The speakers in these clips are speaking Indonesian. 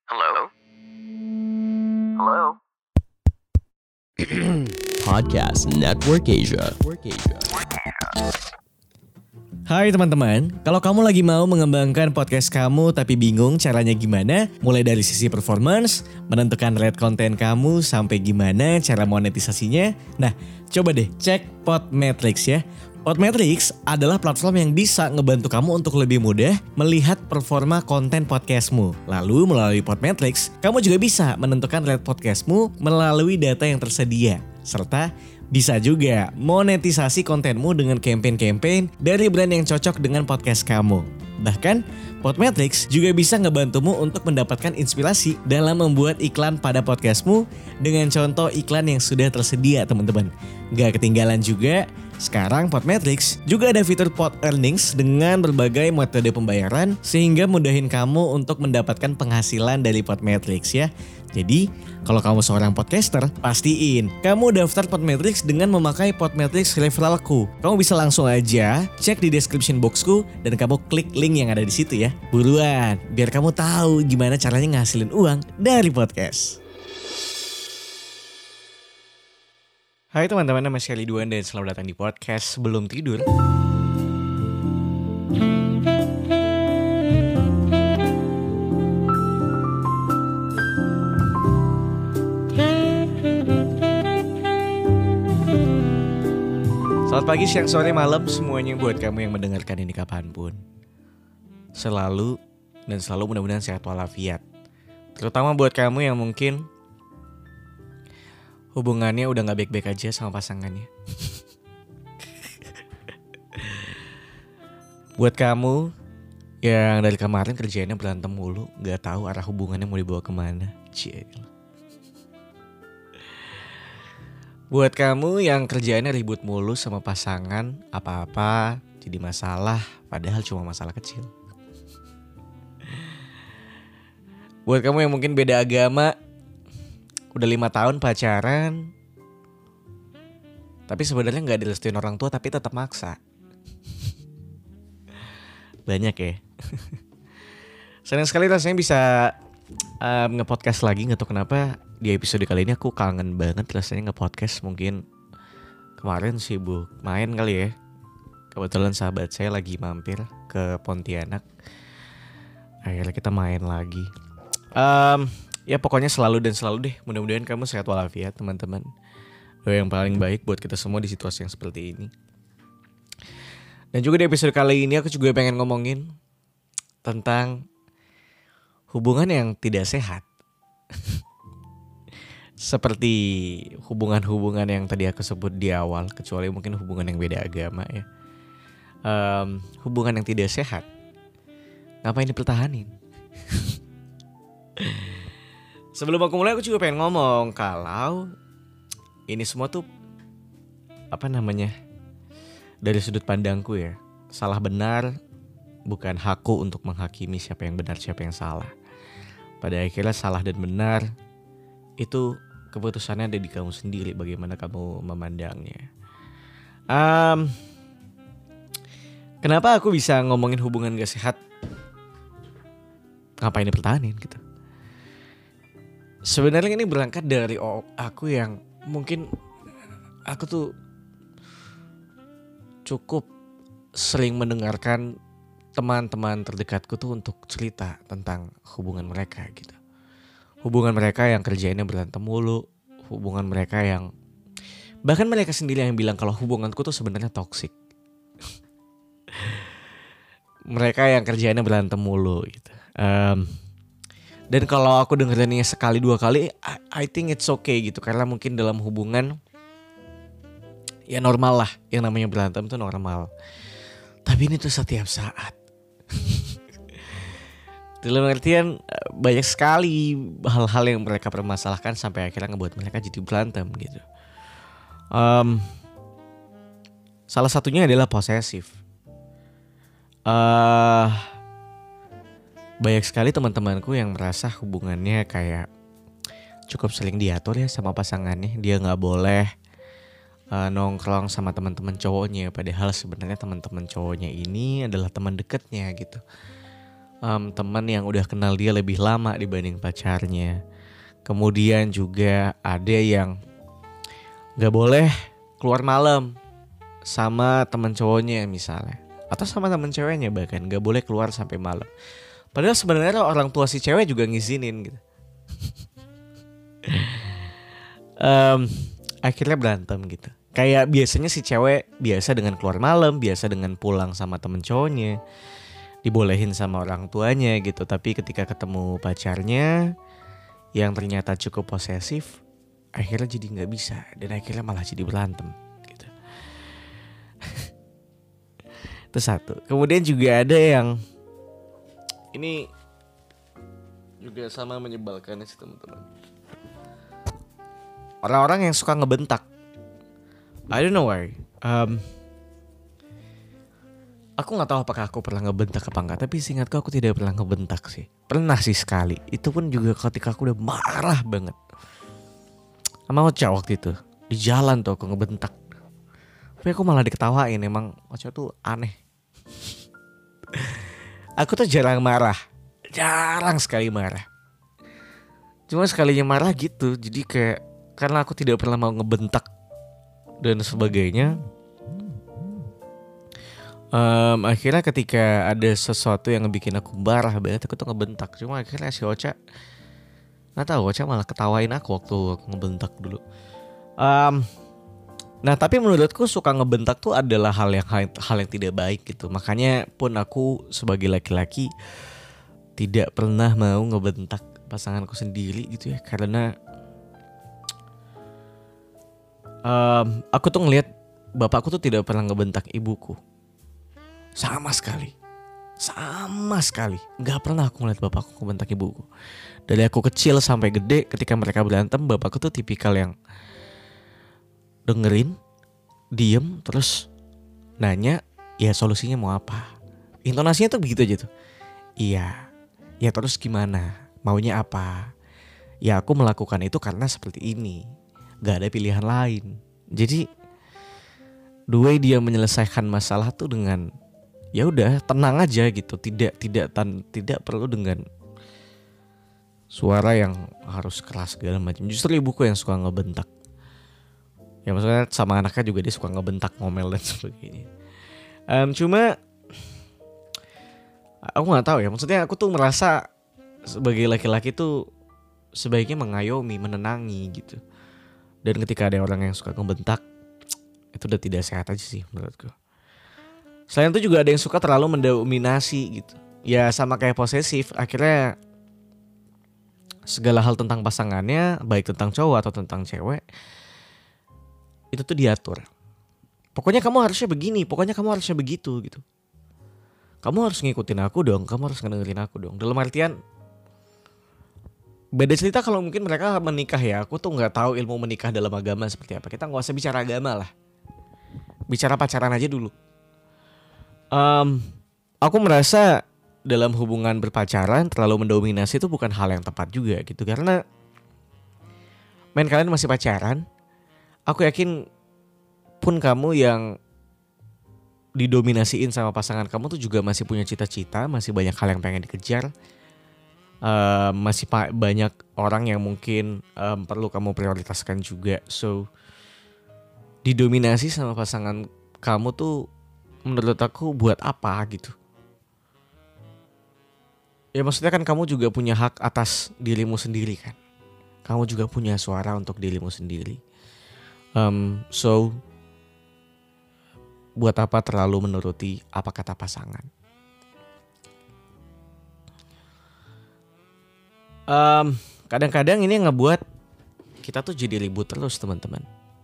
Hello? Hello? Podcast Network Asia. Hai teman-teman, kalau kamu lagi mau mengembangkan podcast kamu tapi bingung caranya gimana, mulai dari sisi performance, menentukan rate konten kamu sampai gimana cara monetisasinya, nah coba deh cek Podmetrics ya. Podmetrics adalah platform yang bisa ngebantu kamu untuk lebih mudah melihat performa konten podcastmu. Lalu melalui Podmetrics, kamu juga bisa menentukan rate podcastmu melalui data yang tersedia. Serta bisa juga monetisasi kontenmu dengan campaign-campaign dari brand yang cocok dengan podcast kamu. Bahkan, Podmetrics juga bisa ngebantumu untuk mendapatkan inspirasi dalam membuat iklan pada podcastmu dengan contoh iklan yang sudah tersedia teman-teman. Gak ketinggalan juga, sekarang Podmetrics juga ada fitur Pod Earnings dengan berbagai metode pembayaran sehingga mudahin kamu untuk mendapatkan penghasilan dari Podmetrics ya. Jadi, kalau kamu seorang podcaster, pastiin kamu daftar Podmetrics dengan memakai Podmetrics referralku. Kamu bisa langsung aja cek di description boxku dan kamu klik link yang ada di situ ya. Buruan, biar kamu tahu gimana caranya ngasilin uang dari podcast. Hai teman-teman, nama saya Ridwan dan selamat datang di podcast Sebelum Tidur. Selamat pagi, siang, sore, malam semuanya buat kamu yang mendengarkan ini kapanpun. Selalu mudah-mudahan sehat walafiat. Terutama buat kamu yang mungkin hubungannya udah gak baik-baik aja sama pasangannya. Buat kamu yang dari kemarin kerjaannya berantem mulu, gak tahu arah hubungannya mau dibawa kemana. Buat kamu yang kerjaannya ribut mulu sama pasangan, apa-apa jadi masalah, padahal cuma masalah kecil. Buat kamu yang mungkin beda agama, udah 5 tahun pacaran, tapi sebenarnya gak direstuin orang tua tapi tetap maksa. Banyak ya. Senang sekali rasanya bisa nge-podcast lagi, gak tahu kenapa. Di episode kali ini aku kangen banget rasanya nge-podcast. Mungkin kemarin sibuk main kali ya. Kebetulan sahabat saya lagi mampir ke Pontianak. Akhirnya kita main lagi. Ya pokoknya selalu deh. Mudah-mudahan kamu sehat walafiat teman-teman. Doa yang paling baik buat kita semua di situasi yang seperti ini. Dan juga di episode kali ini aku juga pengen ngomongin tentang hubungan yang tidak sehat. Seperti hubungan-hubungan yang tadi aku sebut di awal, kecuali mungkin hubungan yang beda agama ya. Hubungan yang tidak sehat, ngapain dipertahanin? Sebelum aku mulai, aku juga pengen ngomong kalau ini semua tuh dari sudut pandangku ya. Salah benar bukan hakku untuk menghakimi siapa yang benar siapa yang salah. Pada akhirnya salah dan benar itu keputusannya ada di kamu sendiri, bagaimana kamu memandangnya. Kenapa aku bisa ngomongin hubungan gak sehat? Ngapain dipertahanin gitu? Sebenarnya ini berangkat dari aku yang mungkin aku tuh cukup sering mendengarkan teman-teman terdekatku tuh untuk cerita tentang hubungan mereka gitu. Hubungan mereka yang kerjaannya berantem mulu, hubungan mereka yang bahkan mereka sendiri yang bilang kalau hubunganku tuh sebenarnya toksik. Mereka yang kerjaannya berantem mulu gitu. Dan kalau aku dengerinnya sekali dua kali, I think it's okay gitu, karena mungkin dalam hubungan ya normal lah, yang namanya berantem tuh normal. Tapi ini tuh setiap saat. Dalam artian banyak sekali hal-hal yang mereka permasalahkan sampai akhirnya ngebuat mereka jadi berantem gitu. Salah satunya adalah posesif. Banyak sekali teman-temanku yang merasa hubungannya kayak cukup sering diatur ya sama pasangannya. Dia gak boleh nongkrong sama teman-teman cowoknya, padahal sebenarnya teman-teman cowoknya ini adalah teman dekatnya gitu. teman yang udah kenal dia lebih lama dibanding pacarnya. Kemudian juga ada yang gak boleh keluar malam sama teman cowoknya misalnya, atau sama teman ceweknya, bahkan gak boleh keluar sampai malam. Padahal sebenarnya orang tua si cewek juga ngizinin gitu. Akhirnya berantem gitu. Kayak biasanya si cewek biasa dengan keluar malam, biasa dengan pulang sama temen cowoknya, dibolehin sama orang tuanya gitu. Tapi ketika ketemu pacarnya yang ternyata cukup posesif, akhirnya jadi gak bisa. Dan akhirnya malah jadi berantem gitu. Itu satu. Kemudian juga ada yang ini juga sama menyebalkan sih teman-teman. Orang-orang yang suka ngebentak. I don't know why. Aku nggak tahu apakah aku pernah ngebentak apa enggak, tapi seingatku aku tidak pernah ngebentak sih. Pernah sih sekali. Itu pun juga ketika aku udah marah banget. Sama Ocha waktu itu. Di jalan tuh aku ngebentak. Tapi aku malah diketawain. Emang Ocha tuh aneh. Aku tuh jarang marah. Jarang sekali marah. Cuma sekalinya marah gitu. Jadi kayak karena aku tidak pernah mau ngebentak dan sebagainya, akhirnya ketika ada sesuatu yang bikin aku marah banget, aku tuh ngebentak. Cuma akhirnya si Ocha, nggak tahu, Ocha malah ketawain aku waktu aku ngebentak dulu. Nah tapi menurutku suka ngebentak tuh adalah hal yang tidak baik gitu. Makanya pun aku sebagai laki-laki tidak pernah mau ngebentak pasanganku sendiri gitu ya, karena aku tuh ngelihat bapakku tuh tidak pernah ngebentak ibuku. Sama sekali. Gak pernah aku ngeliat bapakku ngebentak ibuku. Dari aku kecil sampai gede, ketika mereka berantem, bapakku tuh tipikal yang dengerin, diem, terus nanya, ya solusinya mau apa. Intonasinya tuh begitu aja tuh. Iya, ya terus gimana, maunya apa. Ya aku melakukan itu karena seperti ini, gak ada pilihan lain. Jadi the way dia menyelesaikan masalah tuh dengan ya udah tenang aja gitu, tidak perlu dengan suara yang harus keras segala macam. Justru ibuku yang suka ngebentak. Ya maksudnya sama anaknya juga dia suka ngebentak, ngomel dan sebagainya. Cuma aku nggak tahu ya, maksudnya aku tuh merasa sebagai laki-laki tuh sebaiknya mengayomi, menenangi gitu. Dan ketika ada orang yang suka ngebentak, itu udah tidak sehat aja sih menurutku. Selain itu juga ada yang suka terlalu mendominasi gitu. Ya sama kayak posesif, akhirnya segala hal tentang pasangannya, baik tentang cowok atau tentang cewek, itu tuh diatur. Pokoknya kamu harusnya begini, pokoknya kamu harusnya begitu gitu. Kamu harus ngikutin aku dong, kamu harus ngedengerin aku dong. Dalam artian beda cerita kalau mungkin mereka menikah ya. Aku tuh gak tahu ilmu menikah dalam agama seperti apa. Kita gak usah bicara agama lah, bicara pacaran aja dulu. Aku merasa dalam hubungan berpacaran terlalu mendominasi itu bukan hal yang tepat juga gitu. Karena kalian masih pacaran, aku yakin pun kamu yang didominasiin sama pasangan kamu tuh juga masih punya cita-cita, masih banyak hal yang pengen dikejar. Masih banyak orang yang mungkin perlu kamu prioritaskan juga. So didominasi sama pasangan kamu tuh menurut aku buat apa gitu. Ya maksudnya kan kamu juga punya hak atas dirimu sendiri kan. Kamu juga punya suara untuk dirimu sendiri. So buat apa terlalu menuruti apa kata pasangan. Kadang-kadang ini ngebuat kita tuh jadi ribut terus teman-teman.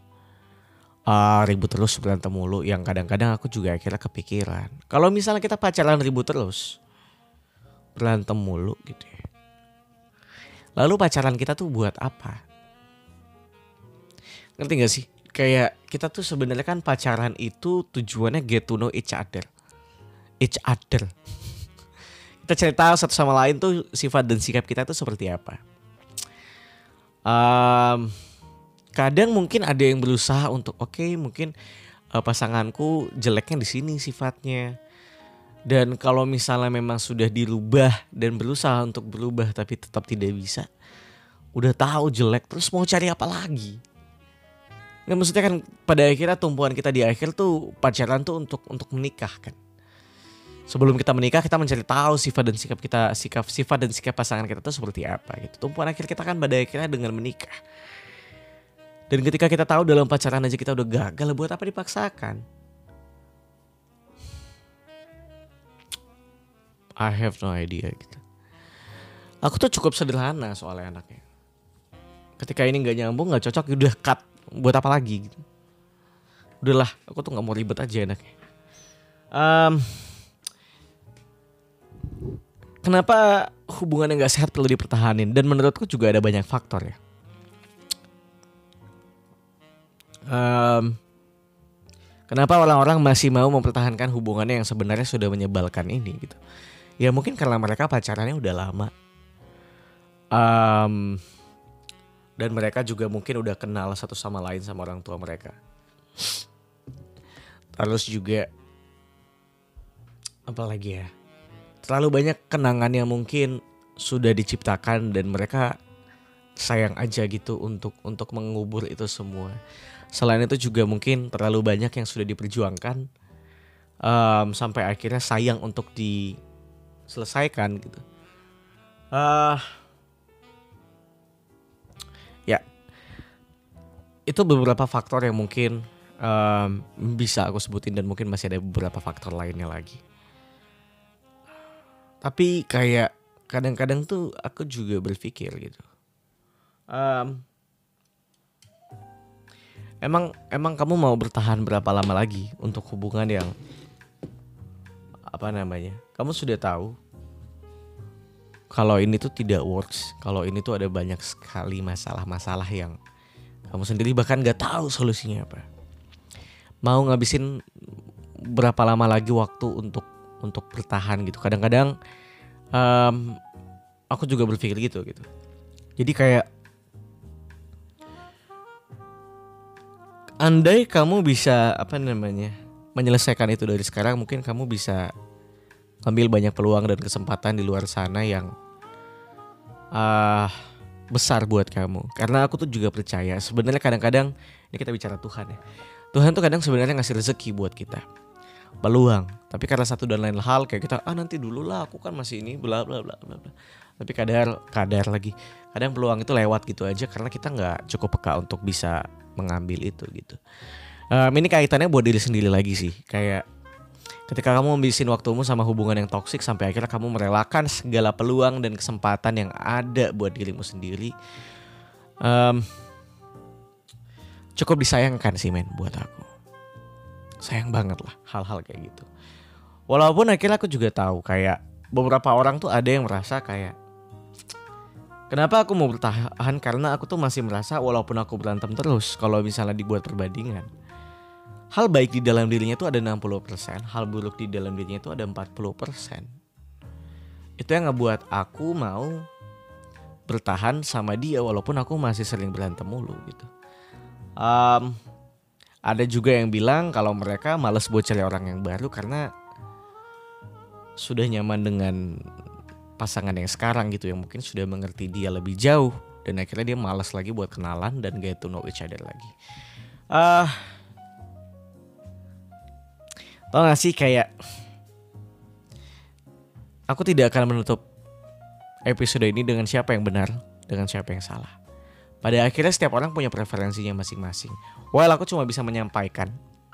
Ribut terus, berantem mulu. Yang kadang-kadang aku juga akhirnya kepikiran, kalau misalnya kita pacaran ribut terus, berantem mulu gitu ya, lalu pacaran kita tuh buat apa? Ngerti gak sih? Kayak kita tuh sebenarnya kan pacaran itu tujuannya get to know each other. Kita cerita satu sama lain tuh sifat dan sikap kita tuh seperti apa. Kadang mungkin ada yang berusaha untuk mungkin pasanganku jeleknya di sini sifatnya, Dan kalau misalnya memang sudah dirubah dan berusaha untuk berubah tapi tetap tidak bisa, udah tahu jelek terus mau cari apa lagi? Nggak, maksudnya kan pada akhirnya tumpuan kita di akhir tuh pacaran tuh untuk menikah kan. Sebelum kita menikah kita mencari tahu sifat dan sikap pasangan kita tuh seperti apa gitu. Tumpuan akhir kita kan pada akhirnya dengan menikah. Dan ketika kita tahu dalam pacaran aja kita udah gagal, buat apa dipaksakan? I have no idea gitu. Aku tuh cukup sederhana soalnya anaknya. Ketika ini nggak nyambung, nggak cocok, udah cut. Buat apa lagi? Gitu. Udahlah, aku tuh nggak mau ribet aja anaknya. Kenapa hubungan yang nggak sehat perlu dipertahanin? Dan menurutku juga ada banyak faktor ya. Kenapa orang-orang masih mau mempertahankan hubungannya yang sebenarnya sudah menyebalkan ini gitu? Ya mungkin karena mereka pacarannya udah lama. Dan mereka juga mungkin udah kenal satu sama lain sama orang tua mereka. Terus juga apa lagi ya? Terlalu banyak kenangan yang mungkin sudah diciptakan dan mereka sayang aja gitu untuk mengubur itu semua. Selain itu juga mungkin terlalu banyak yang sudah diperjuangkan sampai akhirnya sayang untuk diselesaikan gitu. Ya, itu beberapa faktor yang mungkin bisa aku sebutin dan mungkin masih ada beberapa faktor lainnya lagi. Tapi kayak kadang-kadang tuh aku juga berpikir gitu. Emang kamu mau bertahan berapa lama lagi untuk hubungan yang kamu sudah tahu kalau ini tuh tidak works, kalau ini tuh ada banyak sekali masalah-masalah yang kamu sendiri bahkan gak tahu solusinya apa. Mau ngabisin berapa lama lagi waktu untuk bertahan gitu. Kadang-kadang aku juga berpikir gitu. Jadi kayak andai kamu bisa menyelesaikan itu dari sekarang, mungkin kamu bisa ambil banyak peluang dan kesempatan di luar sana yang besar buat kamu. Karena aku tuh juga percaya sebenarnya kadang-kadang ini kita bicara Tuhan ya. Tuhan tuh kadang sebenarnya ngasih rezeki buat kita, peluang. Tapi karena satu dan lain hal kayak kita nanti dulu lah, aku kan masih ini bla bla bla bla. Tapi kadang peluang itu lewat gitu aja karena kita nggak cukup peka untuk bisa mengambil itu gitu. Ini kaitannya buat diri sendiri lagi sih. Kayak ketika kamu ngabisin waktumu sama hubungan yang toksik sampai akhirnya kamu merelakan segala peluang dan kesempatan yang ada buat dirimu sendiri, cukup disayangkan sih men buat aku. Sayang banget lah hal-hal kayak gitu. Walaupun akhirnya aku juga tahu kayak beberapa orang tuh ada yang merasa kayak, kenapa aku mau bertahan? Karena aku tuh masih merasa walaupun aku berantem terus, kalau misalnya dibuat perbandingan, hal baik di dalam dirinya itu ada 60%, hal buruk di dalam dirinya itu ada 40%. Itu yang ngebuat aku mau bertahan sama dia walaupun aku masih sering berantem mulu gitu. Ada juga yang bilang kalau mereka malas buat cari orang yang baru karena sudah nyaman dengan pasangan yang sekarang gitu, yang mungkin sudah mengerti dia lebih jauh dan akhirnya dia malas lagi buat kenalan dan get to know each other lagi. Tau gak sih kayak aku tidak akan menutup episode ini dengan siapa yang benar, dengan siapa yang salah. Pada akhirnya setiap orang punya preferensinya masing-masing. Well, aku cuma bisa menyampaikan.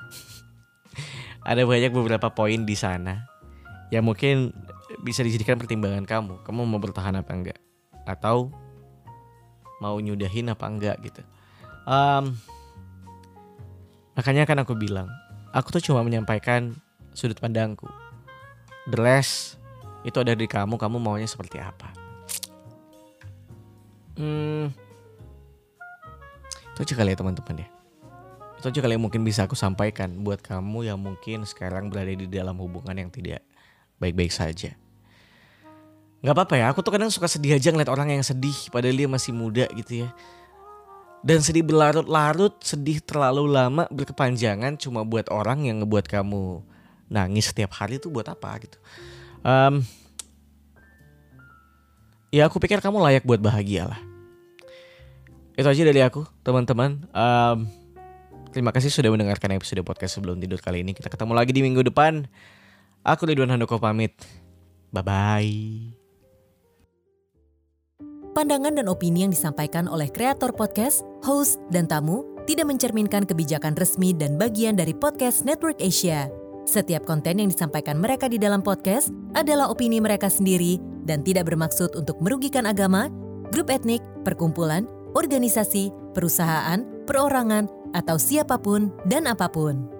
Ada banyak beberapa poin di sana yang mungkin bisa dijadikan pertimbangan kamu. Kamu mau bertahan apa enggak? Atau mau nyudahin apa enggak gitu. Makanya kan aku bilang, aku tuh cuma menyampaikan sudut pandangku. The rest itu ada di kamu maunya seperti apa. Itu aja kali ya teman-teman ya. Itu aja kali yang mungkin bisa aku sampaikan buat kamu yang mungkin sekarang berada di dalam hubungan yang tidak baik-baik saja. Gak apa-apa ya, aku tuh kadang suka sedih aja ngeliat orang yang sedih padahal dia masih muda gitu ya. Dan sedih berlarut-larut, sedih terlalu lama berkepanjangan cuma buat orang yang ngebuat kamu nangis setiap hari tuh buat apa gitu. Ya aku pikir kamu layak buat bahagia lah. Itu aja dari aku, teman-teman. Terima kasih sudah mendengarkan episode podcast Sebelum Tidur kali ini. Kita ketemu lagi di minggu depan. Aku Ridwan Handoko pamit. Bye-bye. Pandangan dan opini yang disampaikan oleh kreator podcast, host, dan tamu tidak mencerminkan kebijakan resmi dan bagian dari Podcast Network Asia. Setiap konten yang disampaikan mereka di dalam podcast adalah opini mereka sendiri dan tidak bermaksud untuk merugikan agama, grup etnik, perkumpulan, organisasi, perusahaan, perorangan, atau siapapun dan apapun.